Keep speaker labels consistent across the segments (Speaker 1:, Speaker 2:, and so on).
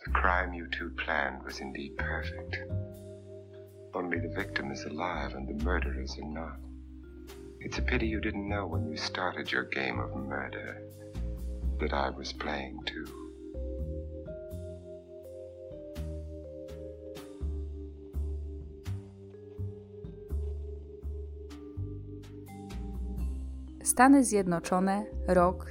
Speaker 1: The crime you two planned was indeed perfect. Only the victim is alive and the murderers are not. It's a pity you didn't know when you started your game of murder that I was playing too.
Speaker 2: Stany Zjednoczone, rok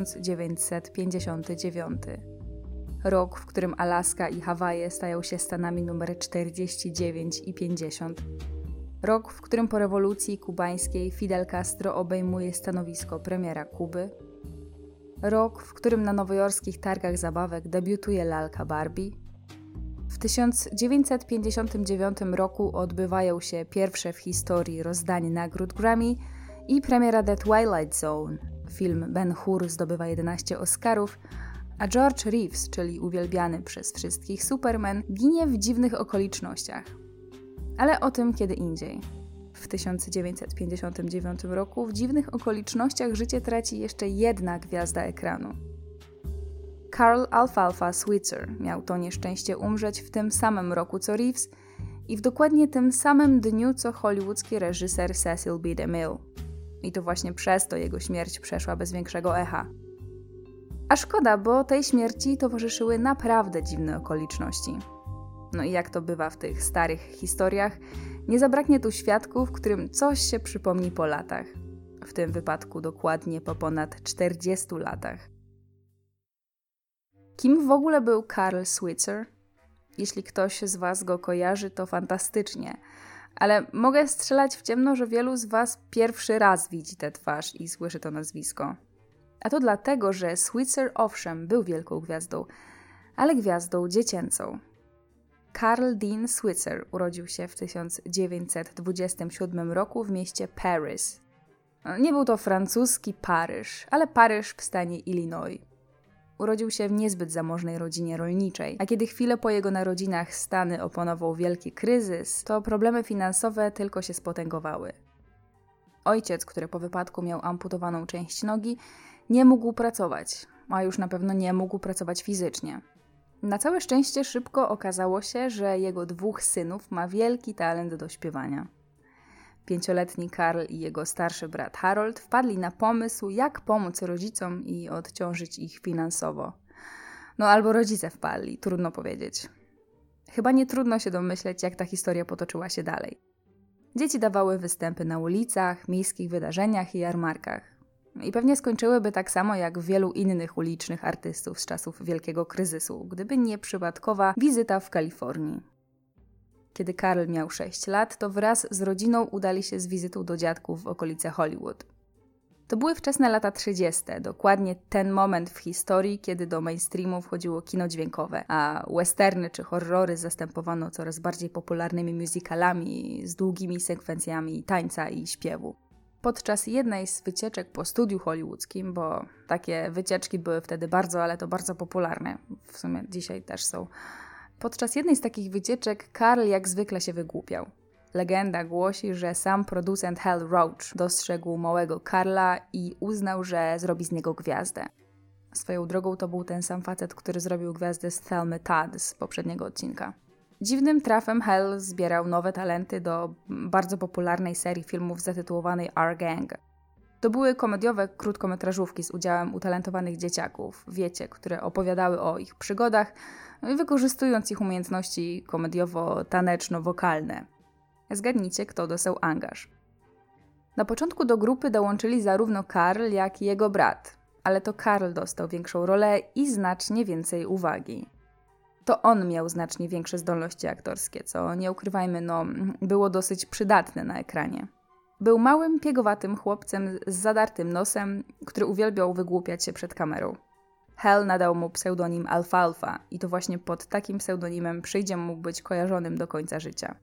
Speaker 2: 1959. Rok, w którym Alaska i Hawaje stają się stanami numer 49 i 50. Rok, w którym po rewolucji kubańskiej Fidel Castro obejmuje stanowisko premiera Kuby. Rok, w którym na nowojorskich targach zabawek debiutuje lalka Barbie. W 1959 roku odbywają się pierwsze w historii rozdanie nagród Grammy i premiera The Twilight Zone. Film Ben-Hur zdobywa 11 Oscarów, a George Reeves, czyli uwielbiany przez wszystkich Superman, ginie w dziwnych okolicznościach. Ale o tym kiedy indziej. W 1959 roku w dziwnych okolicznościach życie traci jeszcze jedna gwiazda ekranu. Carl Alfalfa Switzer miał to nieszczęście umrzeć w tym samym roku co Reeves i w dokładnie tym samym dniu co hollywoodzki reżyser Cecil B. DeMille. I to właśnie przez to jego śmierć przeszła bez większego echa. A szkoda, bo tej śmierci towarzyszyły naprawdę dziwne okoliczności. No i jak to bywa w tych starych historiach, nie zabraknie tu świadków, którym coś się przypomni po latach. W tym wypadku dokładnie po ponad 40 latach. Kim w ogóle był Carl Switzer? Jeśli ktoś z Was go kojarzy, to fantastycznie. Ale mogę strzelać w ciemno, że wielu z Was pierwszy raz widzi tę twarz i słyszy to nazwisko. A to dlatego, że Switzer owszem był wielką gwiazdą, ale gwiazdą dziecięcą. Carl Dean Switzer urodził się w 1927 roku w mieście Paris. Nie był to francuski Paryż, ale Paryż w stanie Illinois. Urodził się w niezbyt zamożnej rodzinie rolniczej, a kiedy chwilę po jego narodzinach Stany opanował wielki kryzys, to problemy finansowe tylko się spotęgowały. Ojciec, który po wypadku miał amputowaną część nogi, nie mógł pracować, a już na pewno nie mógł pracować fizycznie. Na całe szczęście szybko okazało się, że jego 2 synów ma wielki talent do śpiewania. 5-letni Carl i jego starszy brat Harold wpadli na pomysł, jak pomóc rodzicom i odciążyć ich finansowo. No albo rodzice wpadli, trudno powiedzieć. Chyba nie trudno się domyśleć, jak ta historia potoczyła się dalej. Dzieci dawały występy na ulicach, miejskich wydarzeniach i jarmarkach. I pewnie skończyłyby tak samo jak wielu innych ulicznych artystów z czasów wielkiego kryzysu, gdyby nie przypadkowa wizyta w Kalifornii. Kiedy Carl miał 6 lat, to wraz z rodziną udali się z wizytą do dziadków w okolice Hollywood. To były wczesne lata 30., dokładnie ten moment w historii, kiedy do mainstreamu wchodziło kino dźwiękowe, a westerny czy horrory zastępowano coraz bardziej popularnymi musicalami z długimi sekwencjami tańca i śpiewu. Podczas jednej z wycieczek po studiu hollywoodzkim, bo takie wycieczki były wtedy ale to bardzo popularne, w sumie dzisiaj też są. Podczas jednej z takich wycieczek Carl jak zwykle się wygłupiał. Legenda głosi, że sam producent Hal Roach dostrzegł małego Carla i uznał, że zrobi z niego gwiazdę. Swoją drogą to był ten sam facet, który zrobił gwiazdę z Thelmy Todd z poprzedniego odcinka. Dziwnym trafem Hal zbierał nowe talenty do bardzo popularnej serii filmów zatytułowanej Our Gang. To były komediowe krótkometrażówki z udziałem utalentowanych dzieciaków, które opowiadały o ich przygodach, wykorzystując ich umiejętności komediowo-taneczno-wokalne. Zgadnijcie, kto dostał angaż. Na początku do grupy dołączyli zarówno Carl, jak i jego brat, ale to Carl dostał większą rolę i znacznie więcej uwagi. To on miał znacznie większe zdolności aktorskie, co nie ukrywajmy, było dosyć przydatne na ekranie. Był małym, piegowatym chłopcem z zadartym nosem, który uwielbiał wygłupiać się przed kamerą. Hal nadał mu pseudonim Alfalfa i to właśnie pod takim pseudonimem przyjdzie mu być kojarzonym do końca życia.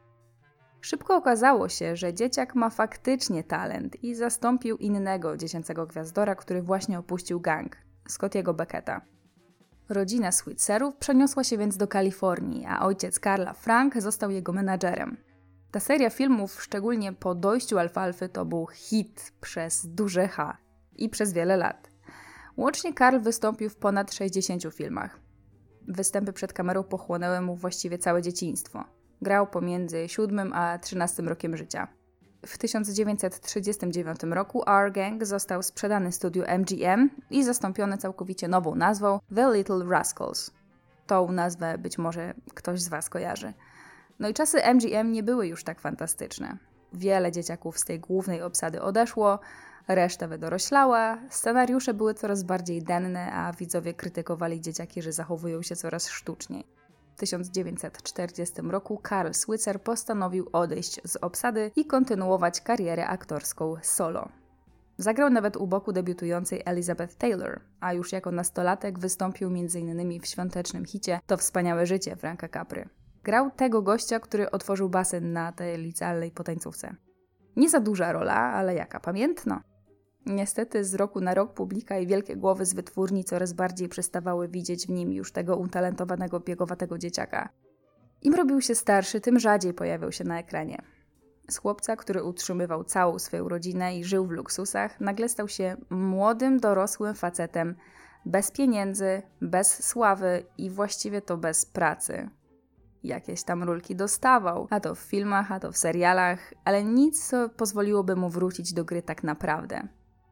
Speaker 2: Szybko okazało się, że dzieciak ma faktycznie talent i zastąpił innego dziecięcego gwiazdora, który właśnie opuścił gang, Scottiego Becketa. Rodzina Switzerów przeniosła się więc do Kalifornii, a ojciec Carla, Frank, został jego menadżerem. Ta seria filmów, szczególnie po dojściu Alfalfy, to był hit przez duże H i przez wiele lat. Łącznie Carl wystąpił w ponad 60 filmach. Występy przed kamerą pochłonęły mu właściwie całe dzieciństwo. Grał pomiędzy 7 a 13 rokiem życia. W 1939 roku R-Gang został sprzedany studiu MGM i zastąpiony całkowicie nową nazwą The Little Rascals. Tą nazwę być może ktoś z Was kojarzy. No i czasy MGM nie były już tak fantastyczne. Wiele dzieciaków z tej głównej obsady odeszło, reszta wydoroślała, scenariusze były coraz bardziej denne, a widzowie krytykowali dzieciaki, że zachowują się coraz sztuczniej. W 1940 roku Carl Switzer postanowił odejść z obsady i kontynuować karierę aktorską solo. Zagrał nawet u boku debiutującej Elizabeth Taylor, a już jako nastolatek wystąpił m.in. w świątecznym hicie To wspaniałe życie Franka Capry. Grał tego gościa, który otworzył basen na tej licealnej potańcówce. Nie za duża rola, ale jaka pamiętna. Niestety z roku na rok publika i wielkie głowy z wytwórni coraz bardziej przestawały widzieć w nim już tego utalentowanego, biegowatego dzieciaka. Im robił się starszy, tym rzadziej pojawiał się na ekranie. Z chłopca, który utrzymywał całą swoją rodzinę i żył w luksusach, nagle stał się młodym, dorosłym facetem, bez pieniędzy, bez sławy i właściwie to bez pracy. Jakieś tam rólki dostawał, a to w filmach, a to w serialach, ale nic, co pozwoliłoby mu wrócić do gry tak naprawdę.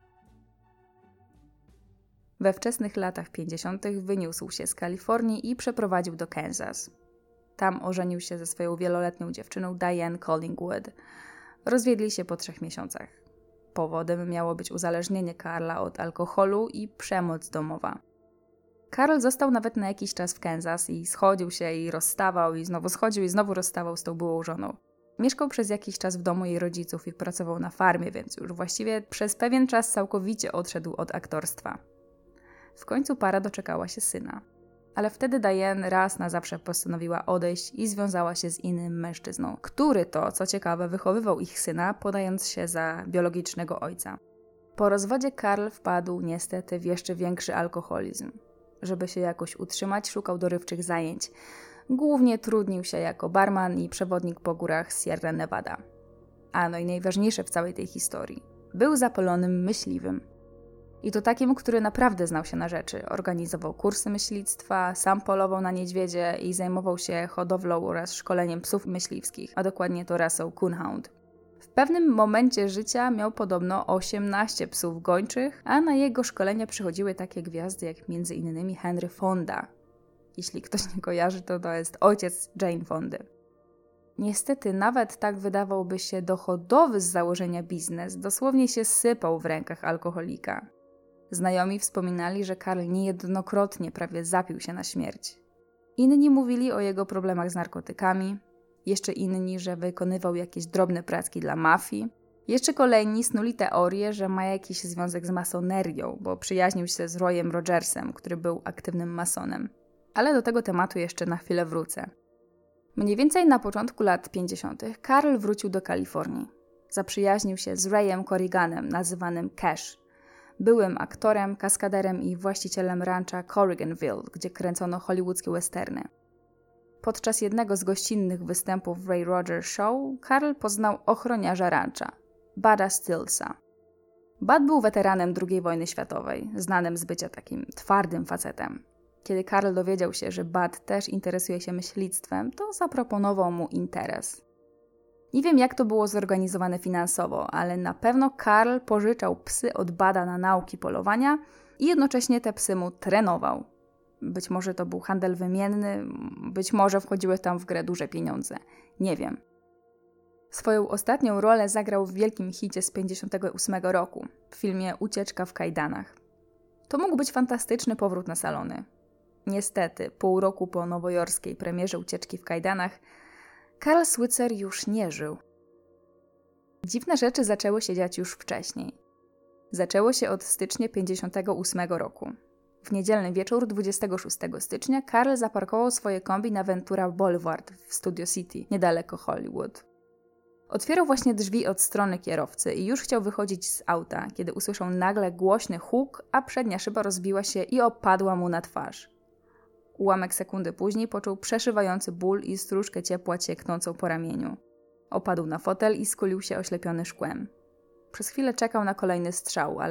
Speaker 2: We wczesnych latach 50. wyniósł się z Kalifornii i przeprowadził do Kansas. Tam ożenił się ze swoją wieloletnią dziewczyną Diane Collingwood. Rozwiedli się po 3 miesiącach. Powodem miało być uzależnienie Karla od alkoholu i przemoc domowa. Karl został nawet na jakiś czas w Kansas i schodził się i rozstawał i znowu schodził i znowu rozstawał z tą byłą żoną. Mieszkał przez jakiś czas w domu jej rodziców i pracował na farmie, więc już właściwie przez pewien czas całkowicie odszedł od aktorstwa. W końcu para doczekała się syna. Ale wtedy Diane raz na zawsze postanowiła odejść i związała się z innym mężczyzną, który to, co ciekawe, wychowywał ich syna, podając się za biologicznego ojca. Po rozwodzie Karl wpadł niestety w jeszcze większy alkoholizm. Żeby się jakoś utrzymać, szukał dorywczych zajęć. Głównie trudnił się jako barman i przewodnik po górach Sierra Nevada. A no i najważniejsze w całej tej historii. Był zapalonym myśliwym. I to takim, który naprawdę znał się na rzeczy. Organizował kursy myślictwa, sam polował na niedźwiedzie i zajmował się hodowlą oraz szkoleniem psów myśliwskich, a dokładnie to rasą Coonhound. W pewnym momencie życia miał podobno 18 psów gończych, a na jego szkolenia przychodziły takie gwiazdy jak m.in. Henry Fonda. Jeśli ktoś nie kojarzy, to jest ojciec Jane Fondy. Niestety nawet tak wydawałoby się dochodowy z założenia biznes dosłownie się sypał w rękach alkoholika. Znajomi wspominali, że Karl niejednokrotnie prawie zapił się na śmierć. Inni mówili o jego problemach z narkotykami, jeszcze inni, że wykonywał jakieś drobne pracki dla mafii. Jeszcze kolejni snuli teorię, że ma jakiś związek z masonerią, bo przyjaźnił się z Royem Rogersem, który był aktywnym masonem. Ale do tego tematu jeszcze na chwilę wrócę. Mniej więcej na początku lat 50. Karl wrócił do Kalifornii. Zaprzyjaźnił się z Rayem Corriganem, nazywanym Cash. Byłym aktorem, kaskaderem i właścicielem rancha Corriganville, gdzie kręcono hollywoodzkie westerny. Podczas jednego z gościnnych występów w Ray Rogers Show Karl poznał ochroniarza rancha, Budda Stillsa. Bud był weteranem II wojny światowej, znanym z bycia takim twardym facetem. Kiedy Karl dowiedział się, że Bud też interesuje się myślictwem, to zaproponował mu interes. Nie wiem, jak to było zorganizowane finansowo, ale na pewno Karl pożyczał psy od Budda na nauki polowania i jednocześnie te psy mu trenował. Być może to był handel wymienny, być może wchodziły tam w grę duże pieniądze. Nie wiem. Swoją ostatnią rolę zagrał w wielkim hicie z 1958 roku, w filmie Ucieczka w kajdanach. To mógł być fantastyczny powrót na salony. Niestety, pół roku po nowojorskiej premierze Ucieczki w kajdanach, Carl Switzer już nie żył. Dziwne rzeczy zaczęły się dziać już wcześniej. Zaczęło się od stycznia 1958 roku. W niedzielny wieczór 26 stycznia Karl zaparkował swoje kombi na Ventura Boulevard w Studio City, niedaleko Hollywood. Otwierał właśnie drzwi od strony kierowcy i już chciał wychodzić z auta, kiedy usłyszał nagle głośny huk, a przednia szyba rozbiła się i opadła mu na twarz. Ułamek sekundy później poczuł przeszywający ból i stróżkę ciepła cieknącą po ramieniu. Opadł na fotel i skulił się oślepiony szkłem. Przez chwilę czekał na kolejny strzał, ale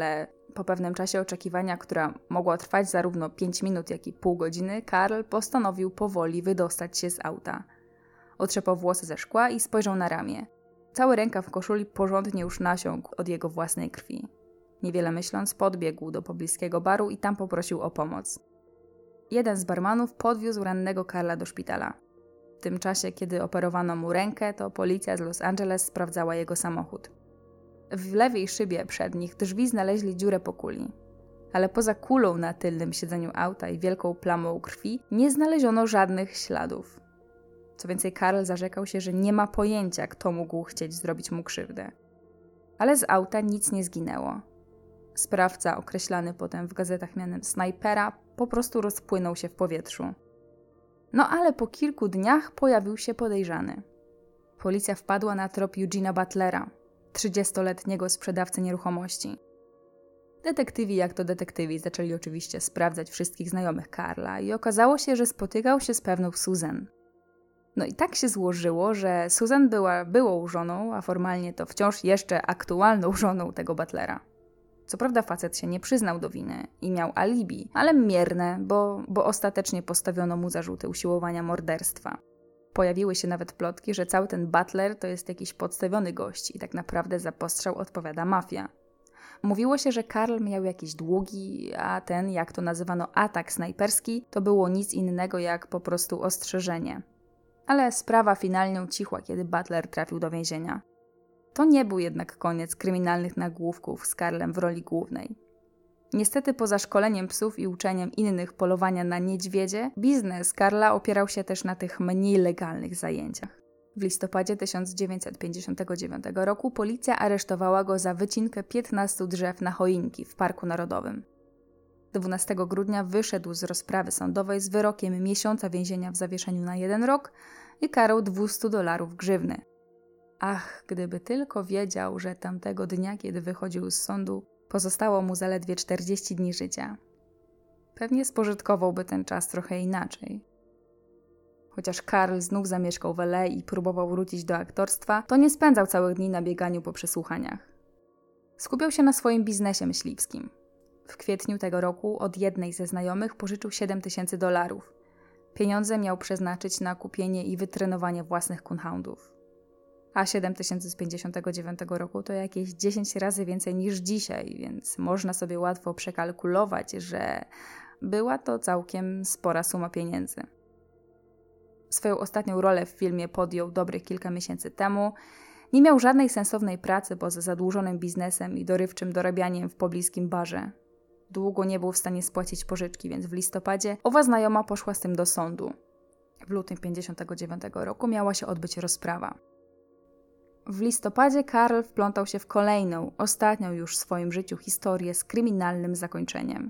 Speaker 2: Po pewnym czasie oczekiwania, która mogła trwać zarówno 5 minut, jak i pół godziny, Karl postanowił powoli wydostać się z auta. Otrzepał włosy ze szkła i spojrzał na ramię. Cały rękaw koszuli porządnie już nasiąkł od jego własnej krwi. Niewiele myśląc, podbiegł do pobliskiego baru i tam poprosił o pomoc. Jeden z barmanów podwiózł rannego Karla do szpitala. W tym czasie, kiedy operowano mu rękę, to policja z Los Angeles sprawdzała jego samochód. W lewej szybie przednich drzwi znaleźli dziurę po kuli. Ale poza kulą na tylnym siedzeniu auta i wielką plamą krwi nie znaleziono żadnych śladów. Co więcej, Karl zarzekał się, że nie ma pojęcia, kto mógł chcieć zrobić mu krzywdę. Ale z auta nic nie zginęło. Sprawca, określany potem w gazetach mianem snajpera, po prostu rozpłynął się w powietrzu. No ale po kilku dniach pojawił się podejrzany. Policja wpadła na trop Eugena Butlera, 30-letniego sprzedawcy nieruchomości. Detektywi jak to detektywi zaczęli oczywiście sprawdzać wszystkich znajomych Karla i okazało się, że spotykał się z pewną Susan. No i tak się złożyło, że Susan była byłą żoną, a formalnie to wciąż jeszcze aktualną żoną tego Butlera. Co prawda facet się nie przyznał do winy i miał alibi, ale mierne, bo ostatecznie postawiono mu zarzuty usiłowania morderstwa. Pojawiły się nawet plotki, że cały ten Butler to jest jakiś podstawiony gość i tak naprawdę za postrzał odpowiada mafia. Mówiło się, że Karl miał jakieś długi, a ten, jak to nazywano, atak snajperski, to było nic innego jak po prostu ostrzeżenie. Ale sprawa finalnie ucichła, kiedy Butler trafił do więzienia. To nie był jednak koniec kryminalnych nagłówków z Karlem w roli głównej. Niestety poza szkoleniem psów i uczeniem innych polowania na niedźwiedzie, biznes Karla opierał się też na tych mniej legalnych zajęciach. W listopadzie 1959 roku policja aresztowała go za wycinkę 15 drzew na choinki w Parku Narodowym. 12 grudnia wyszedł z rozprawy sądowej z wyrokiem miesiąca więzienia w zawieszeniu na 1 rok i karą $200 grzywny. Ach, gdyby tylko wiedział, że tamtego dnia, kiedy wychodził z sądu, pozostało mu zaledwie 40 dni życia. Pewnie spożytkowałby ten czas trochę inaczej. Chociaż Karl znów zamieszkał w LA i próbował wrócić do aktorstwa, to nie spędzał całych dni na bieganiu po przesłuchaniach. Skupiał się na swoim biznesie myśliwskim. W kwietniu tego roku od jednej ze znajomych pożyczył $7,000. Pieniądze miał przeznaczyć na kupienie i wytrenowanie własnych coonhoundów. A 7,000 z 59 roku to jakieś 10 razy więcej niż dzisiaj, więc można sobie łatwo przekalkulować, że była to całkiem spora suma pieniędzy. Swoją ostatnią rolę w filmie podjął dobrych kilka miesięcy temu. Nie miał żadnej sensownej pracy poza zadłużonym biznesem i dorywczym dorabianiem w pobliskim barze. Długo nie był w stanie spłacić pożyczki, więc w listopadzie owa znajoma poszła z tym do sądu. W lutym 59 roku miała się odbyć rozprawa. W listopadzie Karl wplątał się w kolejną, ostatnią już w swoim życiu historię z kryminalnym zakończeniem.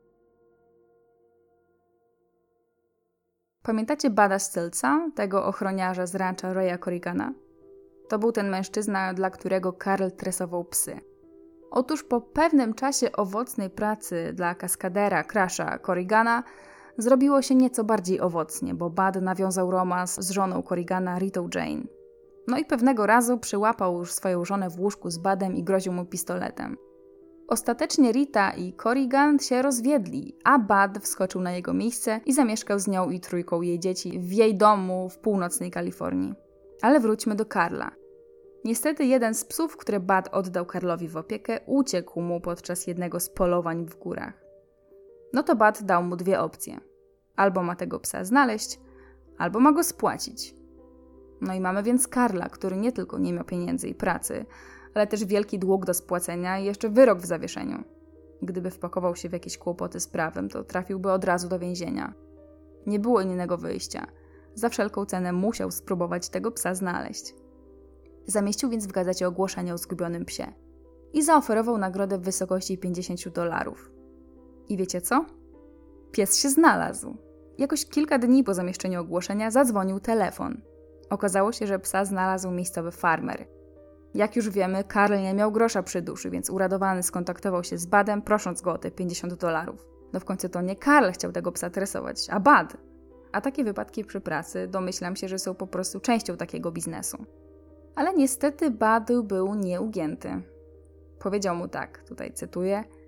Speaker 2: Pamiętacie Budda Stiltza, tego ochroniarza z rancha Raya Corrigana? To był ten mężczyzna, dla którego Karl tresował psy. Otóż po pewnym czasie owocnej pracy dla kaskadera Crasha Corrigana zrobiło się nieco bardziej owocnie, bo Bud nawiązał romans z żoną Corrigana, Ritą Jane. No i pewnego razu przyłapał już swoją żonę w łóżku z Budem i groził mu pistoletem. Ostatecznie Rita i Corrigan się rozwiedli, a Bud wskoczył na jego miejsce i zamieszkał z nią i 3 jej dzieci w jej domu w północnej Kalifornii. Ale wróćmy do Karla. Niestety jeden z psów, które Bud oddał Karlowi w opiekę, uciekł mu podczas jednego z polowań w górach. No to Bud dał mu 2 opcje. Albo ma tego psa znaleźć, albo ma go spłacić. No i mamy więc Karla, który nie tylko nie miał pieniędzy i pracy, ale też wielki dług do spłacenia i jeszcze wyrok w zawieszeniu. Gdyby wpakował się w jakieś kłopoty z prawem, to trafiłby od razu do więzienia. Nie było innego wyjścia. Za wszelką cenę musiał spróbować tego psa znaleźć. Zamieścił więc w gazecie ogłoszenie o zgubionym psie i zaoferował nagrodę w wysokości $50. I wiecie co? Pies się znalazł. Jakoś kilka dni po zamieszczeniu ogłoszenia zadzwonił telefon. Okazało się, że psa znalazł miejscowy farmer. Jak już wiemy, Karl nie miał grosza przy duszy, więc uradowany skontaktował się z Budem, prosząc go o te $50. No w końcu to nie Karl chciał tego psa tresować, a Bud. A takie wypadki przy pracy domyślam się, że są po prostu częścią takiego biznesu. Ale niestety Bud był nieugięty. Powiedział mu tak, tutaj cytuję: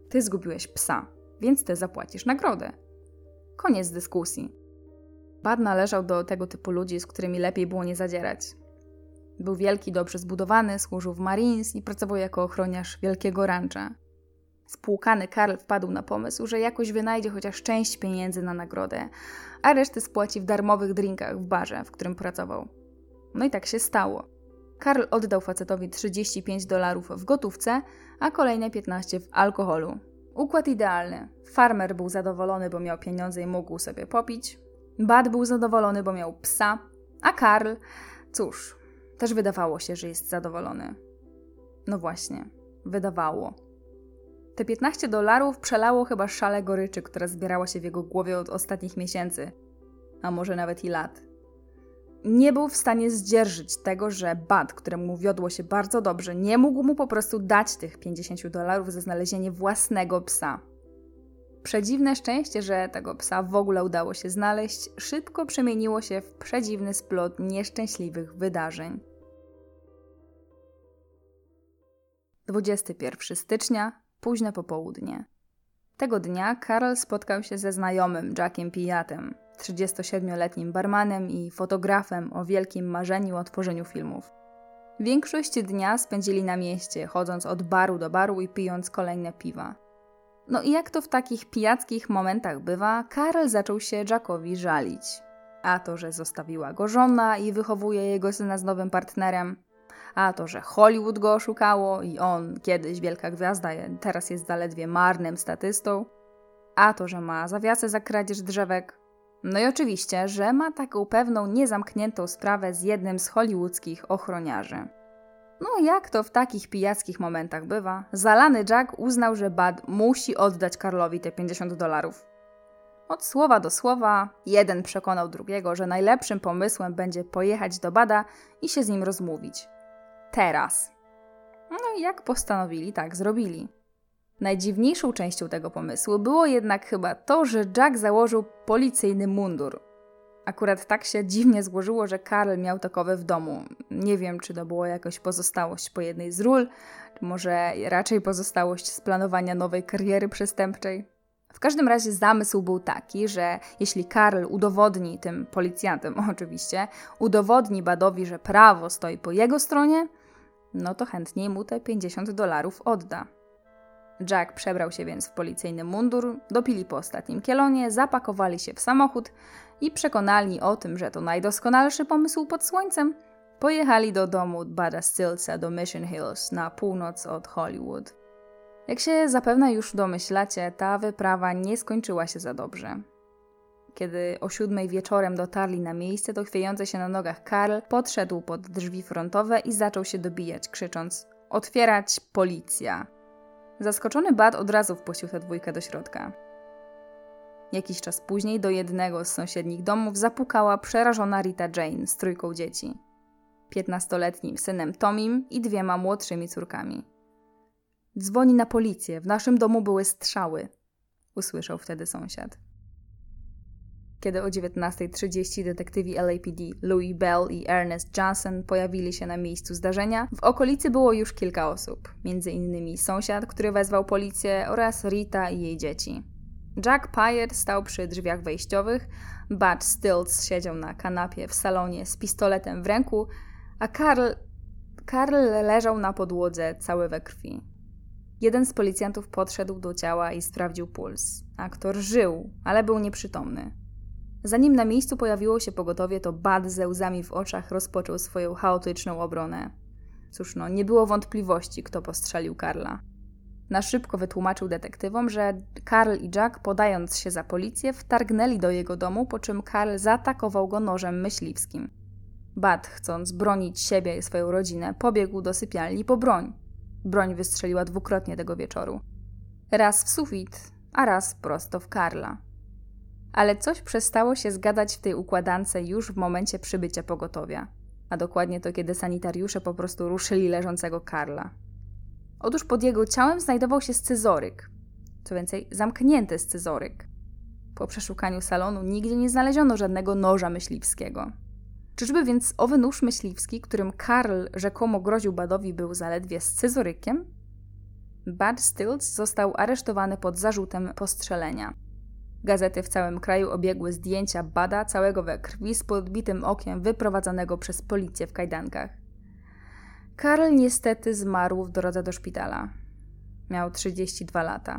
Speaker 2: Ty zgubiłeś psa, więc ty zapłacisz nagrodę. Koniec dyskusji. Bud należał do tego typu ludzi, z którymi lepiej było nie zadzierać. Był wielki, dobrze zbudowany, służył w Marines i pracował jako ochroniarz wielkiego rancha. Spłukany Carl wpadł na pomysł, że jakoś wynajdzie chociaż część pieniędzy na nagrodę, a resztę spłaci w darmowych drinkach w barze, w którym pracował. No i tak się stało. Carl oddał facetowi $35 w gotówce, a kolejne 15 w alkoholu. Układ idealny. Farmer był zadowolony, bo miał pieniądze i mógł sobie popić. Bud był zadowolony, bo miał psa, a Carl, cóż, też wydawało się, że jest zadowolony. No właśnie, wydawało. Te $15 przelało chyba szalę goryczy, która zbierała się w jego głowie od ostatnich miesięcy, a może nawet i lat. Nie był w stanie zdzierżyć tego, że Bud, któremu wiodło się bardzo dobrze, nie mógł mu po prostu dać tych $50 za znalezienie własnego psa. Przedziwne szczęście, że tego psa w ogóle udało się znaleźć, szybko przemieniło się w przedziwny splot nieszczęśliwych wydarzeń. 21 stycznia, późne popołudnie. Tego dnia Carl spotkał się ze znajomym Jackiem Piatem, 37-letnim barmanem i fotografem o wielkim marzeniu o tworzeniu filmów. Większość dnia spędzili na mieście, chodząc od baru do baru i pijąc kolejne piwa. No i jak to w takich pijackich momentach bywa, Carl zaczął się Jackowi żalić. A to, że zostawiła go żona i wychowuje jego syna z nowym partnerem. A to, że Hollywood go oszukało i on, kiedyś wielka gwiazda, teraz jest zaledwie marnym statystą. A to, że ma zawiasy za kradzież drzewek. No i oczywiście, że ma taką pewną niezamkniętą sprawę z jednym z hollywoodzkich ochroniarzy. No jak to w takich pijackich momentach bywa, zalany Jack uznał, że Bud musi oddać Carlowi te $50. Od słowa do słowa jeden przekonał drugiego, że najlepszym pomysłem będzie pojechać do Buda i się z nim rozmówić. Teraz. No i jak postanowili, tak zrobili. Najdziwniejszą częścią tego pomysłu było jednak chyba to, że Jack założył policyjny mundur. Akurat tak się dziwnie złożyło, że Carl miał takowy w domu. Nie wiem, czy to była jakaś pozostałość po jednej z ról, czy może raczej pozostałość z planowania nowej kariery przestępczej. W każdym razie zamysł był taki, że jeśli Carl udowodni tym policjantem, oczywiście, udowodni Budowi, że prawo stoi po jego stronie, no to chętniej mu te $50 odda. Jack przebrał się więc w policyjny mundur, dopili po ostatnim kielonie, zapakowali się w samochód i przekonani o tym, że to najdoskonalszy pomysł pod słońcem, pojechali do domu Buda Stillsa do Mission Hills na północ od Hollywood. Jak się zapewne już domyślacie, ta wyprawa nie skończyła się za dobrze. Kiedy o 7 wieczorem dotarli na miejsce, to chwiejący się na nogach Carl podszedł pod drzwi frontowe i zaczął się dobijać, krzycząc: „Otwierać, policja!” Zaskoczony Bud od razu wpuścił tę dwójkę do środka. Jakiś czas później do jednego z sąsiednich domów zapukała przerażona Rita Jane z 3 dzieci. 15-letnim synem Tomim i 2 młodszymi córkami. „Dzwoni na policję, w naszym domu były strzały”, usłyszał wtedy sąsiad. Kiedy o 19:30 detektywi LAPD Louis Bell i Ernest Johnson pojawili się na miejscu zdarzenia, w okolicy było już kilka osób, m.in. sąsiad, który wezwał policję, oraz Rita i jej dzieci. Jack Piatt stał przy drzwiach wejściowych, Bud Stills siedział na kanapie w salonie z pistoletem w ręku, a Carl leżał na podłodze cały we krwi. Jeden z policjantów podszedł do ciała i sprawdził puls. Aktor żył, ale był nieprzytomny. Zanim na miejscu pojawiło się pogotowie, to Bud ze łzami w oczach rozpoczął swoją chaotyczną obronę. Cóż nie było wątpliwości, kto postrzelił Carla. Na szybko wytłumaczył detektywom, że Carl i Jack, podając się za policję, wtargnęli do jego domu, po czym Carl zaatakował go nożem myśliwskim. Bud, chcąc bronić siebie i swoją rodzinę, pobiegł do sypialni po broń. Broń wystrzeliła dwukrotnie tego wieczoru. Raz w sufit, a raz prosto w Carla. Ale coś przestało się zgadzać w tej układance już w momencie przybycia pogotowia. A dokładnie to, kiedy sanitariusze po prostu ruszyli leżącego Carla. Otóż pod jego ciałem znajdował się scyzoryk. Co więcej, zamknięty scyzoryk. Po przeszukaniu salonu nigdzie nie znaleziono żadnego noża myśliwskiego. Czyżby więc owy nóż myśliwski, którym Carl rzekomo groził Budowi, był zaledwie scyzorykiem? Bud Stills został aresztowany pod zarzutem postrzelenia. Gazety w całym kraju obiegły zdjęcia Buda całego we krwi z podbitym okiem wyprowadzonego przez policję w kajdankach. Karl niestety zmarł w drodze do szpitala. Miał 32 lata.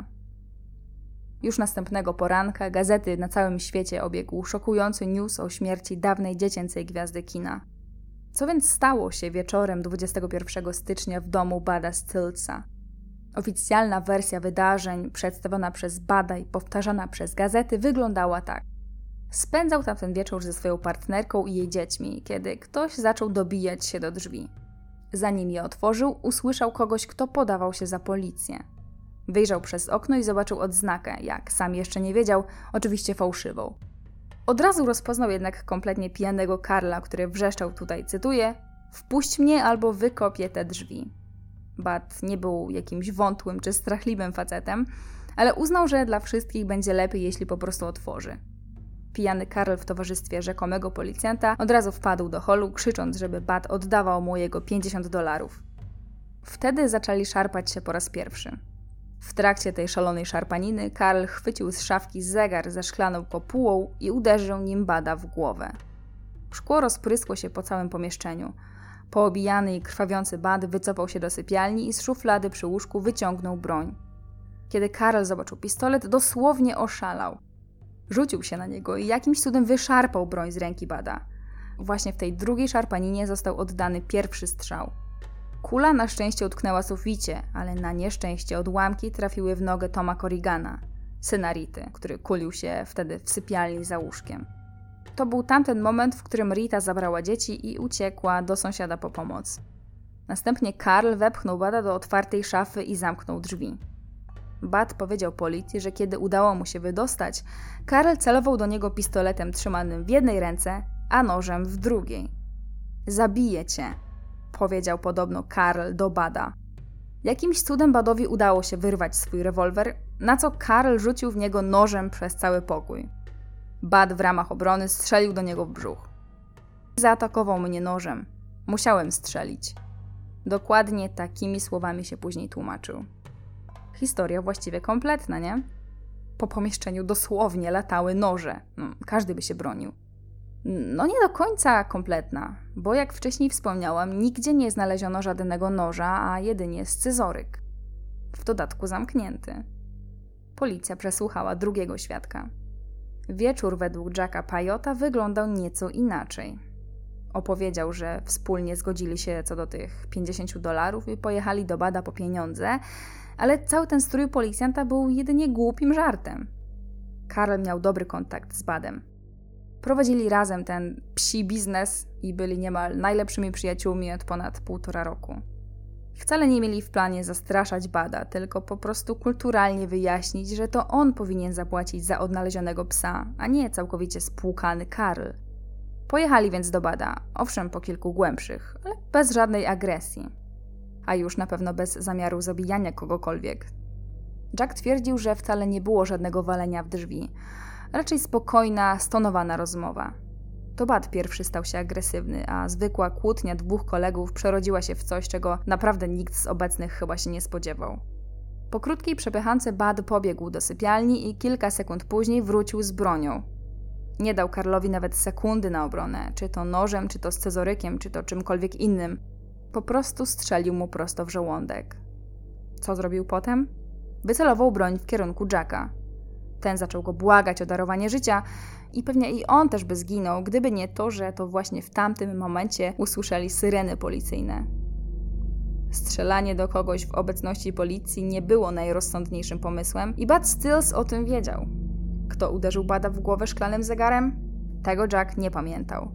Speaker 2: Już następnego poranka gazety na całym świecie obiegł szokujący news o śmierci dawnej dziecięcej gwiazdy kina. Co więc stało się wieczorem 21 stycznia w domu Buda Stillsa? Oficjalna wersja wydarzeń, przedstawiona przez Buda i powtarzana przez gazety, wyglądała tak. Spędzał tamten wieczór ze swoją partnerką i jej dziećmi, kiedy ktoś zaczął dobijać się do drzwi. Zanim je otworzył, usłyszał kogoś, kto podawał się za policję. Wyjrzał przez okno i zobaczył odznakę, jak sam jeszcze nie wiedział, oczywiście fałszywą. Od razu rozpoznał jednak kompletnie pijanego Karla, który wrzeszczał, tutaj cytuję: „Wpuść mnie albo wykopię te drzwi”. Bud nie był jakimś wątłym czy strachliwym facetem, ale uznał, że dla wszystkich będzie lepiej, jeśli po prostu otworzy. Pijany Karl w towarzystwie rzekomego policjanta od razu wpadł do holu, krzycząc, żeby Bud oddawał mu jego $50. Wtedy zaczęli szarpać się po raz pierwszy. W trakcie tej szalonej szarpaniny Karl chwycił z szafki zegar ze szklaną kopułą i uderzył nim Buda w głowę. Szkło rozpryskło się po całym pomieszczeniu. Poobijany i krwawiący Bud wycofał się do sypialni i z szuflady przy łóżku wyciągnął broń. Kiedy Karl zobaczył pistolet, dosłownie oszalał. Rzucił się na niego i jakimś cudem wyszarpał broń z ręki Buda. Właśnie w tej drugiej szarpaninie został oddany pierwszy strzał. Kula na szczęście utknęła w suficie, ale na nieszczęście odłamki trafiły w nogę Toma Corrigana, syna Rity, który kulił się wtedy w sypialni za łóżkiem. To był tamten moment, w którym Rita zabrała dzieci i uciekła do sąsiada po pomoc. Następnie Karl wepchnął Buda do otwartej szafy i zamknął drzwi. Bud powiedział policji, że kiedy udało mu się wydostać, Karl celował do niego pistoletem trzymanym w jednej ręce, a nożem w drugiej. „Zabiję cię”, powiedział podobno Karl do Buda. Jakimś cudem Budowi udało się wyrwać swój rewolwer, na co Karl rzucił w niego nożem przez cały pokój. Bud w ramach obrony strzelił do niego w brzuch. „Zaatakował mnie nożem. Musiałem strzelić”. Dokładnie takimi słowami się później tłumaczył. Historia właściwie kompletna, nie? Po pomieszczeniu dosłownie latały noże. Każdy by się bronił. No nie do końca kompletna, bo jak wcześniej wspomniałam, nigdzie nie znaleziono żadnego noża, a jedynie scyzoryk. W dodatku zamknięty. Policja przesłuchała drugiego świadka. Wieczór według Jacka Pajota wyglądał nieco inaczej. Opowiedział, że wspólnie zgodzili się co do tych $50 i pojechali do Buda po pieniądze, ale cały ten strój policjanta był jedynie głupim żartem. Karl miał dobry kontakt z Budem. Prowadzili razem ten psi biznes i byli niemal najlepszymi przyjaciółmi od ponad 1,5 roku. Wcale nie mieli w planie zastraszać Buda, tylko po prostu kulturalnie wyjaśnić, że to on powinien zapłacić za odnalezionego psa, a nie całkowicie spłukany Karl. Pojechali więc do Buda, owszem po kilku głębszych, ale bez żadnej agresji. A już na pewno bez zamiaru zabijania kogokolwiek. Jack twierdził, że wcale nie było żadnego walenia w drzwi, raczej spokojna, stonowana rozmowa. To Bud pierwszy stał się agresywny, a zwykła kłótnia dwóch kolegów przerodziła się w coś, czego naprawdę nikt z obecnych chyba się nie spodziewał. Po krótkiej przepychance Bud pobiegł do sypialni i kilka sekund później wrócił z bronią. Nie dał Karlowi nawet sekundy na obronę, czy to nożem, czy to scyzorykiem, czy to czymkolwiek innym. Po prostu strzelił mu prosto w żołądek. Co zrobił potem? Wycelował broń w kierunku Jacka. Ten zaczął go błagać o darowanie życia i pewnie i on też by zginął, gdyby nie to, że to właśnie w tamtym momencie usłyszeli syreny policyjne. Strzelanie do kogoś w obecności policji nie było najrozsądniejszym pomysłem i Bud Stills o tym wiedział. Kto uderzył Buda w głowę szklanym zegarem? Tego Jack nie pamiętał.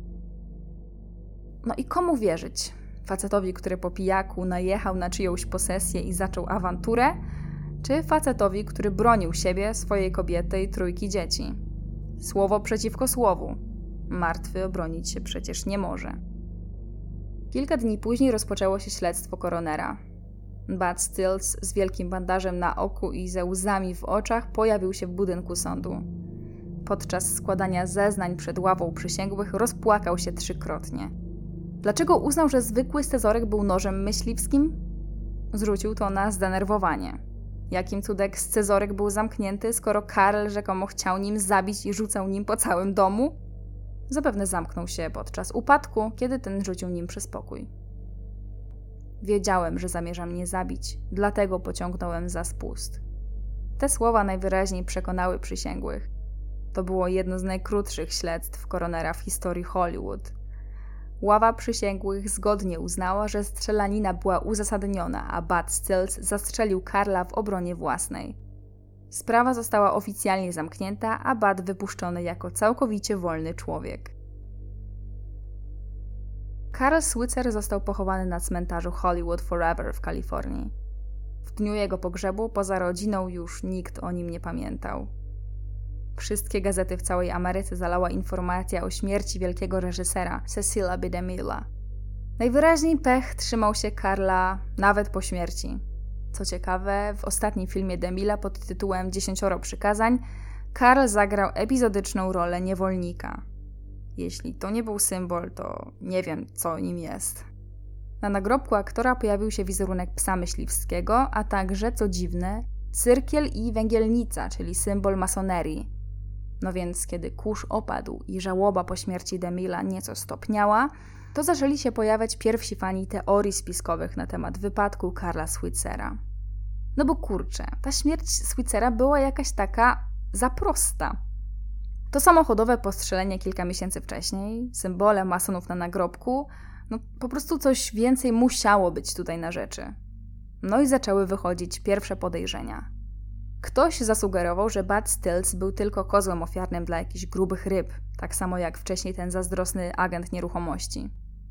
Speaker 2: No i komu wierzyć? Facetowi, który po pijaku najechał na czyjąś posesję i zaczął awanturę? Czy facetowi, który bronił siebie, swojej kobiety i 3 dzieci? Słowo przeciwko słowu. Martwy obronić się przecież nie może. Kilka dni później rozpoczęło się śledztwo koronera. Bud Stills z wielkim bandażem na oku i ze łzami w oczach pojawił się w budynku sądu. Podczas składania zeznań przed ławą przysięgłych rozpłakał się 3-krotnie. Dlaczego uznał, że zwykły scyzoryk był nożem myśliwskim? Zrzucił to na zdenerwowanie. Jakim cudem scyzoryk był zamknięty, skoro Karl rzekomo chciał nim zabić i rzucał nim po całym domu? Zapewne zamknął się podczas upadku, kiedy ten rzucił nim przez pokój. Wiedziałem, że zamierza mnie zabić, dlatego pociągnąłem za spust. Te słowa najwyraźniej przekonały przysięgłych. To było jedno z najkrótszych śledztw koronera w historii Hollywood. Ława przysięgłych zgodnie uznała, że strzelanina była uzasadniona, a Bud Stills zastrzelił Karla w obronie własnej. Sprawa została oficjalnie zamknięta, a Bud wypuszczony jako całkowicie wolny człowiek. Carl Switzer został pochowany na cmentarzu Hollywood Forever w Kalifornii. W dniu jego pogrzebu, poza rodziną, już nikt o nim nie pamiętał. Wszystkie gazety w całej Ameryce zalała informacja o śmierci wielkiego reżysera Cecila B. DeMille. Najwyraźniej pech trzymał się Karla nawet po śmierci. Co ciekawe, w ostatnim filmie DeMille pod tytułem 10 przykazań Karl zagrał epizodyczną rolę niewolnika. Jeśli to nie był symbol, to nie wiem, co nim jest. Na nagrobku aktora pojawił się wizerunek psa myśliwskiego, a także, co dziwne, cyrkiel i węgielnica, czyli symbol masonerii. No więc, kiedy kurz opadł i żałoba po śmierci DeMille nieco stopniała, to zaczęli się pojawiać pierwsi fani teorii spiskowych na temat wypadku Carla Switzera. No bo kurczę, ta śmierć Switzera była jakaś taka za prosta. To samochodowe postrzelenie kilka miesięcy wcześniej, symbole masonów na nagrobku, no po prostu coś więcej musiało być tutaj na rzeczy. No i zaczęły wychodzić pierwsze podejrzenia. Ktoś zasugerował, że Bud Stills był tylko kozłem ofiarnym dla jakichś grubych ryb, tak samo jak wcześniej ten zazdrosny agent nieruchomości.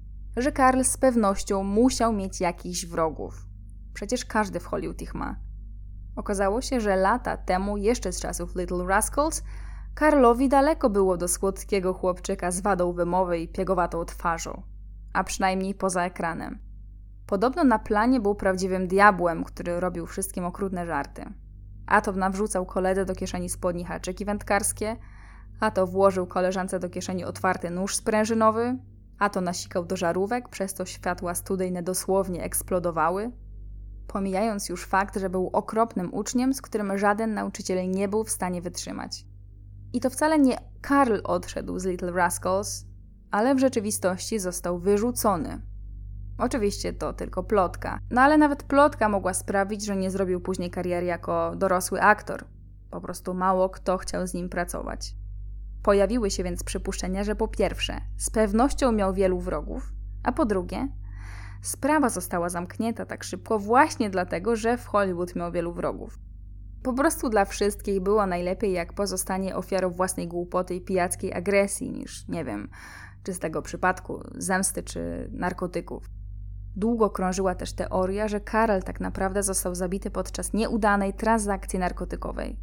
Speaker 2: Że Karl z pewnością musiał mieć jakichś wrogów. Przecież każdy w Hollywood ich ma. Okazało się, że lata temu, jeszcze z czasów Little Rascals, Karlowi daleko było do słodkiego chłopczyka z wadą wymowy i piegowatą twarzą. A przynajmniej poza ekranem. Podobno na planie był prawdziwym diabłem, który robił wszystkim okrutne żarty. A to nawrzucał koledze do kieszeni spodni haczyki wędkarskie, a to włożył koleżance do kieszeni otwarty nóż sprężynowy, a to nasikał do żarówek, przez co światła studyjne dosłownie eksplodowały. Pomijając już fakt, że był okropnym uczniem, z którym żaden nauczyciel nie był w stanie wytrzymać. I to wcale nie Karl odszedł z Little Rascals, ale w rzeczywistości został wyrzucony. Oczywiście to tylko plotka, no ale nawet plotka mogła sprawić, że nie zrobił później kariery jako dorosły aktor. Po prostu mało kto chciał z nim pracować. Pojawiły się więc przypuszczenia, że po pierwsze, z pewnością miał wielu wrogów, a po drugie, sprawa została zamknięta tak szybko właśnie dlatego, że w Hollywood miał wielu wrogów. Po prostu dla wszystkich było najlepiej, jak pozostanie ofiarą własnej głupoty i pijackiej agresji niż, nie wiem, czystego przypadku, zemsty czy narkotyków. Długo krążyła też teoria, że Karl tak naprawdę został zabity podczas nieudanej transakcji narkotykowej.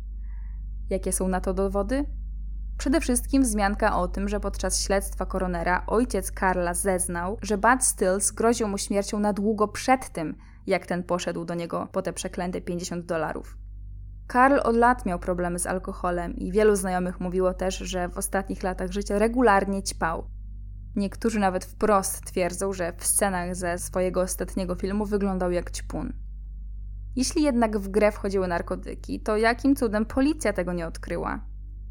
Speaker 2: Jakie są na to dowody? Przede wszystkim wzmianka o tym, że podczas śledztwa koronera ojciec Karla zeznał, że Bud Stills groził mu śmiercią na długo przed tym, jak ten poszedł do niego po te przeklęte $50. Karl od lat miał problemy z alkoholem i wielu znajomych mówiło też, że w ostatnich latach życia regularnie ćpał. Niektórzy nawet wprost twierdzą, że w scenach ze swojego ostatniego filmu wyglądał jak ćpun. Jeśli jednak w grę wchodziły narkotyki, to jakim cudem policja tego nie odkryła?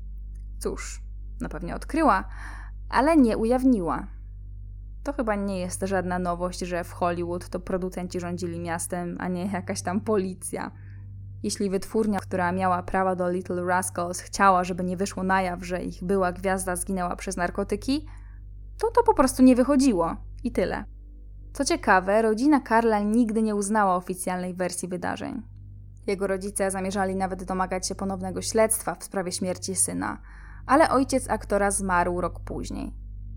Speaker 2: Cóż, na pewno odkryła, ale nie ujawniła. To chyba nie jest żadna nowość, że w Hollywood to producenci rządzili miastem, a nie jakaś tam policja. Jeśli wytwórnia, która miała prawa do Little Rascals, chciała, żeby nie wyszło na jaw, że ich była gwiazda zginęła przez narkotyki, to po prostu nie wychodziło. I tyle. Co ciekawe, rodzina Karla nigdy nie uznała oficjalnej wersji wydarzeń. Jego rodzice zamierzali nawet domagać się ponownego śledztwa w sprawie śmierci syna, ale ojciec aktora zmarł rok później.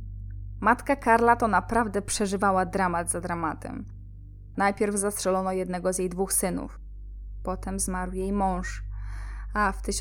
Speaker 2: Matka Karla to naprawdę przeżywała dramat za dramatem. Najpierw zastrzelono jednego z jej 2 synów. Potem zmarł jej mąż. A w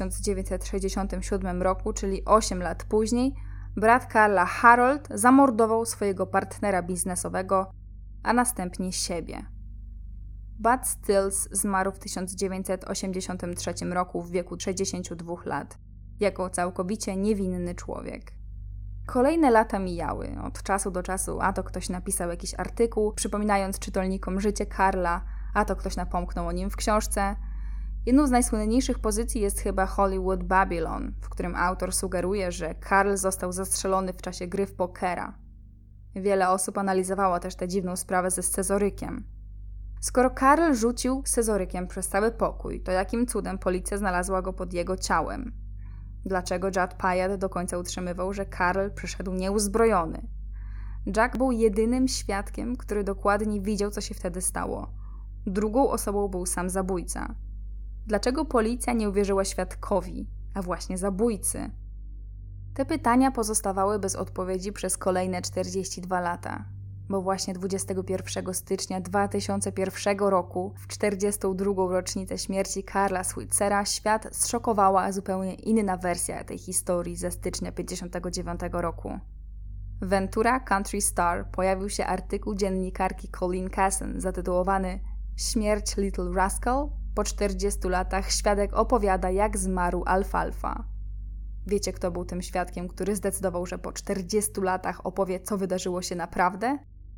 Speaker 2: 1967 roku, czyli 8 lat później, brat Karla Harold zamordował swojego partnera biznesowego, a następnie siebie. Bud Stills zmarł w 1983 roku w wieku 62 lat, jako całkowicie niewinny człowiek. Kolejne lata mijały. Od czasu do czasu a to ktoś napisał jakiś artykuł, przypominając czytelnikom życie Karla, a to ktoś napomknął o nim w książce. Jedną z najsłynniejszych pozycji jest chyba Hollywood Babylon, w którym autor sugeruje, że Karl został zastrzelony w czasie gry w pokera. Wiele osób analizowało też tę dziwną sprawę ze scyzorykiem. Skoro Karl rzucił scyzorykiem przez cały pokój, to jakim cudem policja znalazła go pod jego ciałem? Dlaczego Judd Piatt do końca utrzymywał, że Karl przyszedł nieuzbrojony? Jack był jedynym świadkiem, który dokładnie widział, co się wtedy stało. Drugą osobą był sam zabójca. Dlaczego policja nie uwierzyła świadkowi, a właśnie zabójcy? Te pytania pozostawały bez odpowiedzi przez kolejne 42 lata, bo właśnie 21 stycznia 2001 roku, w 42. rocznicę śmierci Karla Switzera, świat zszokowała zupełnie inna wersja tej historii ze stycznia 1959 roku. W Ventura Country Star pojawił się artykuł dziennikarki Colleen Casson zatytułowany „Śmierć Little Rascal”. Po 40 latach świadek opowiada, jak zmarł Alfalfa. Wiecie, kto był tym świadkiem, który zdecydował, że po 40 latach opowie, co wydarzyło się naprawdę?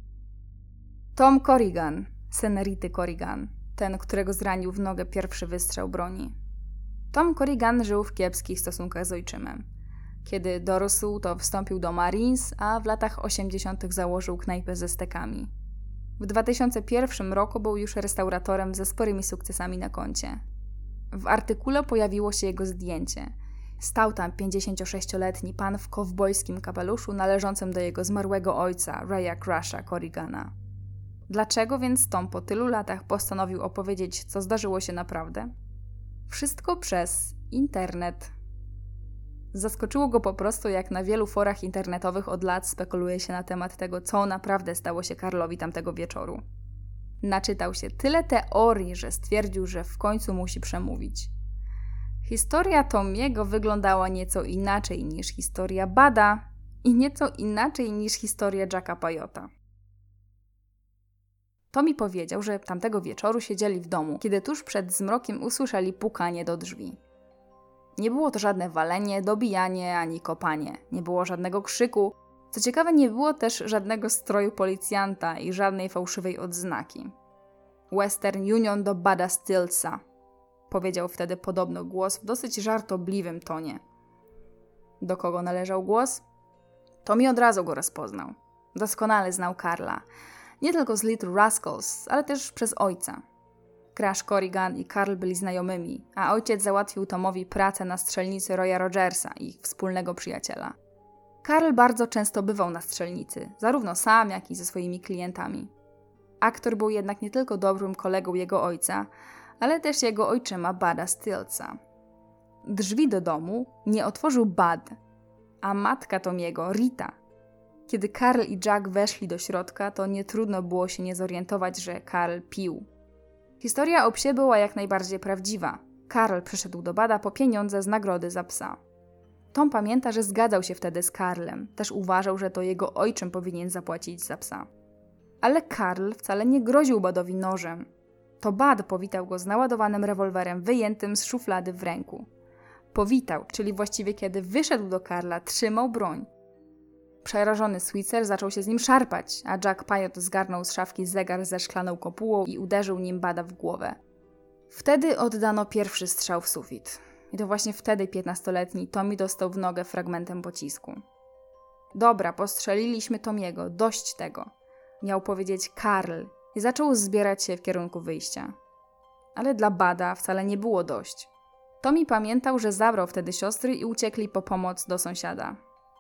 Speaker 2: Tom Corrigan, syn Rity Corrigan, ten, którego zranił w nogę pierwszy wystrzał broni. Tom Corrigan żył w kiepskich stosunkach z ojczymem. Kiedy dorósł, to wstąpił do Marines, a w latach 80. założył knajpę ze stekami. W 2001 roku był już restauratorem ze sporymi sukcesami na koncie. W artykule pojawiło się jego zdjęcie. Stał tam 56-letni pan w kowbojskim kapeluszu należącym do jego zmarłego ojca, Raya Crusha Corrigana. Dlaczego więc Tom po tylu latach postanowił opowiedzieć, co zdarzyło się naprawdę? Wszystko przez internet. Zaskoczyło go po prostu, jak na wielu forach internetowych od lat spekuluje się na temat tego, co naprawdę stało się Karlowi tamtego wieczoru. Naczytał się tyle teorii, że stwierdził, że w końcu musi przemówić. Historia Tomiego wyglądała nieco inaczej niż historia Budda i nieco inaczej niż historia Jacka Piotta. Tommy powiedział, że tamtego wieczoru siedzieli w domu, kiedy tuż przed zmrokiem usłyszeli pukanie do drzwi. Nie było to żadne walenie, dobijanie ani kopanie. Nie było żadnego krzyku. Co ciekawe, nie było też żadnego stroju policjanta i żadnej fałszywej odznaki. Western Union do Budda Stillsa, powiedział wtedy podobno głos w dosyć żartobliwym tonie. Do kogo należał głos? Tommy od razu go rozpoznał. Doskonale znał Karla. Nie tylko z Little Rascals, ale też przez ojca. Crush Corrigan i Karl byli znajomymi, a ojciec załatwił Tomowi pracę na strzelnicy Roya Rogersa, ich wspólnego przyjaciela. Karl bardzo często bywał na strzelnicy, zarówno sam, jak i ze swoimi klientami. Aktor był jednak nie tylko dobrym kolegą jego ojca, ale też jego ojczyma Budda Stillsa. Drzwi do domu nie otworzył Bud, a matka Tomiego, Rita. Kiedy Karl i Jack weszli do środka, to nie trudno było się nie zorientować, że Karl pił. Historia o psie była jak najbardziej prawdziwa. Karl przyszedł do Budda po pieniądze z nagrody za psa. Tom pamięta, że zgadzał się wtedy z Karlem. Też uważał, że to jego ojczym powinien zapłacić za psa. Ale Karl wcale nie groził Buddowi nożem. To Bud powitał go z naładowanym rewolwerem wyjętym z szuflady w ręku. Powitał, czyli właściwie kiedy wyszedł do Karla, trzymał broń. Przerażony Switzer zaczął się z nim szarpać, a Jack Pyatt zgarnął z szafki zegar ze szklaną kopułą i uderzył nim Budda w głowę. Wtedy oddano pierwszy strzał w sufit. I to właśnie wtedy 15-letni Tommy dostał w nogę fragmentem pocisku. Dobra, postrzeliliśmy Tomiego, dość tego, miał powiedzieć Karl i zaczął zbierać się w kierunku wyjścia. Ale dla Budda wcale nie było dość. Tommy pamiętał, że zabrał wtedy siostry i uciekli po pomoc do sąsiada.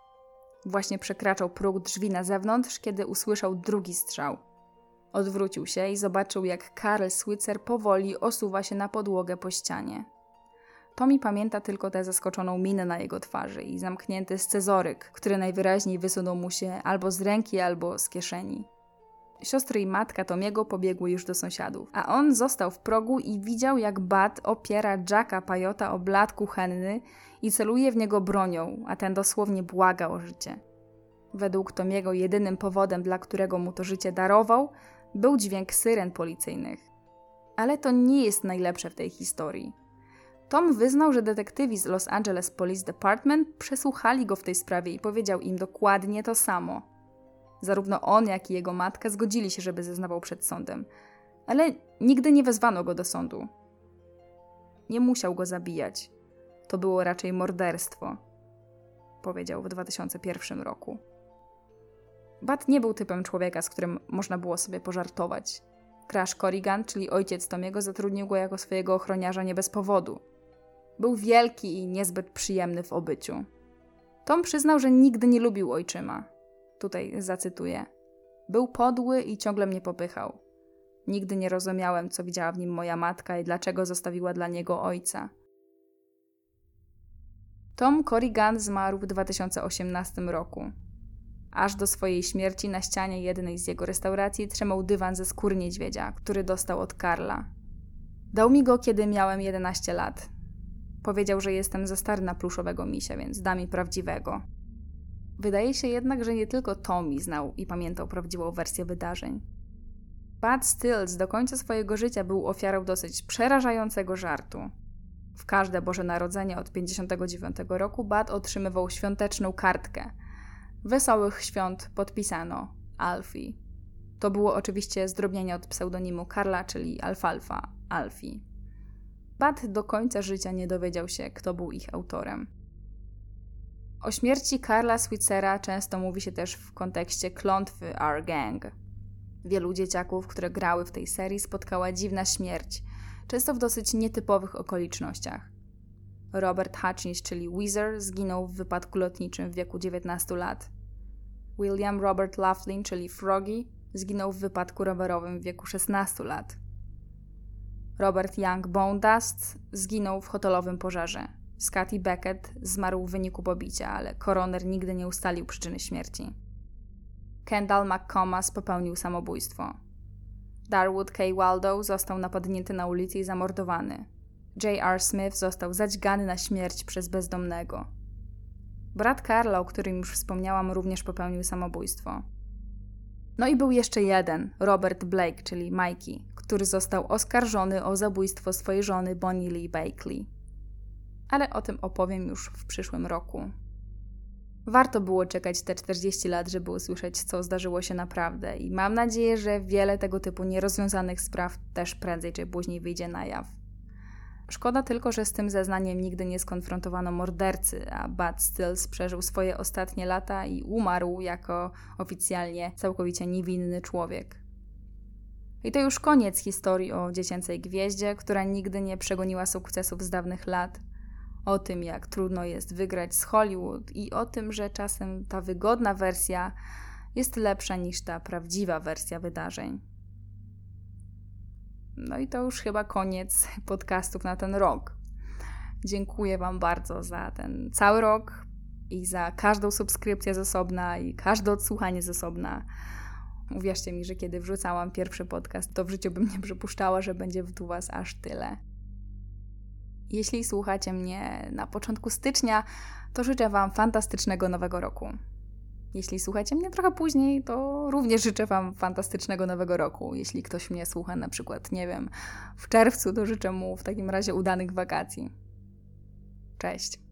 Speaker 2: Właśnie przekraczał próg drzwi na zewnątrz, kiedy usłyszał drugi strzał. Odwrócił się i zobaczył, jak Karl Switzer powoli osuwa się na podłogę po ścianie. Tommy pamięta tylko tę zaskoczoną minę na jego twarzy i zamknięty scyzoryk, który najwyraźniej wysunął mu się albo z ręki, albo z kieszeni. Siostry i matka Tomiego pobiegły już do sąsiadów, a on został w progu i widział, jak Bud opiera Jacka Pyotta o blat kuchenny i celuje w niego bronią, a ten dosłownie błaga o życie. Według Tomiego jedynym powodem, dla którego mu to życie darował, był dźwięk syren policyjnych. Ale to nie jest najlepsze w tej historii. Tom wyznał, że detektywi z Los Angeles Police Department przesłuchali go w tej sprawie i powiedział im dokładnie to samo. Zarówno on, jak i jego matka zgodzili się, żeby zeznawał przed sądem. Ale nigdy nie wezwano go do sądu. Nie musiał go zabijać. To było raczej morderstwo, powiedział w 2001 roku. Bud nie był typem człowieka, z którym można było sobie pożartować. Crash Corrigan, czyli ojciec Tomiego, zatrudnił go jako swojego ochroniarza nie bez powodu. Był wielki i niezbyt przyjemny w obyciu. Tom przyznał, że nigdy nie lubił ojczyma. Tutaj zacytuję. Był podły i ciągle mnie popychał. Nigdy nie rozumiałem, co widziała w nim moja matka i dlaczego zostawiła dla niego ojca. Tom Corrigan zmarł w 2018 roku. Aż do swojej śmierci na ścianie jednej z jego restauracji trzymał dywan ze skóry niedźwiedzia, który dostał od Karla. Dał mi go, kiedy miałem 11 lat. Powiedział, że jestem za stary na pluszowego misia, więc da mi prawdziwego. Wydaje się jednak, że nie tylko Tommy znał i pamiętał prawdziwą wersję wydarzeń. Bud Stills do końca swojego życia był ofiarą dosyć przerażającego żartu. W każde Boże Narodzenie od 1959 roku Bud otrzymywał świąteczną kartkę. Wesołych świąt podpisano Alfie. To było oczywiście zdrobnienie od pseudonimu Karla, czyli Alfalfa, Alfie. Bud do końca życia nie dowiedział się, kto był ich autorem. O śmierci Karla Switzera często mówi się też w kontekście klątwy Our Gang. Wielu dzieciaków, które grały w tej serii, spotkała dziwna śmierć, często w dosyć nietypowych okolicznościach. Robert Hutchins, czyli Weezer, zginął w wypadku lotniczym w wieku 19 lat. William Robert Laughlin, czyli Froggy, zginął w wypadku rowerowym w wieku 16 lat. Robert Young Bonedust zginął w hotelowym pożarze. Scotty Beckett zmarł w wyniku pobicia, ale koroner nigdy nie ustalił przyczyny śmierci. Kendall McComas popełnił samobójstwo. Darwood K. Waldo został napadnięty na ulicy i zamordowany. J.R. Smith został zadźgany na śmierć przez bezdomnego. Brat Karla, o którym już wspomniałam, również popełnił samobójstwo. No i był jeszcze jeden, Robert Blake, czyli Mikey, który został oskarżony o zabójstwo swojej żony Bonnie Lee Bakley. Ale o tym opowiem już w przyszłym roku. Warto było czekać te 40 lat, żeby usłyszeć, co zdarzyło się naprawdę i mam nadzieję, że wiele tego typu nierozwiązanych spraw też prędzej czy później wyjdzie na jaw. Szkoda tylko, że z tym zeznaniem nigdy nie skonfrontowano mordercy, a Bud Stills przeżył swoje ostatnie lata i umarł jako oficjalnie całkowicie niewinny człowiek. I to już koniec historii o dziecięcej gwieździe, która nigdy nie przegoniła sukcesów z dawnych lat. O tym, jak trudno jest wygrać z Hollywood i o tym, że czasem ta wygodna wersja jest lepsza niż ta prawdziwa wersja wydarzeń. No i to już chyba koniec podcastów na ten rok. Dziękuję Wam bardzo za ten cały rok i za każdą subskrypcję z osobna i każde odsłuchanie z osobna. Uwierzcie mi, że kiedy wrzucałam pierwszy podcast, to w życiu bym nie przypuszczała, że będzie tu Was aż tyle. Jeśli słuchacie mnie na początku stycznia, to życzę Wam fantastycznego nowego roku. Jeśli słuchacie mnie trochę później, to również życzę Wam fantastycznego nowego roku. Jeśli ktoś mnie słucha na przykład, nie wiem, w czerwcu, to życzę mu w takim razie udanych wakacji. Cześć!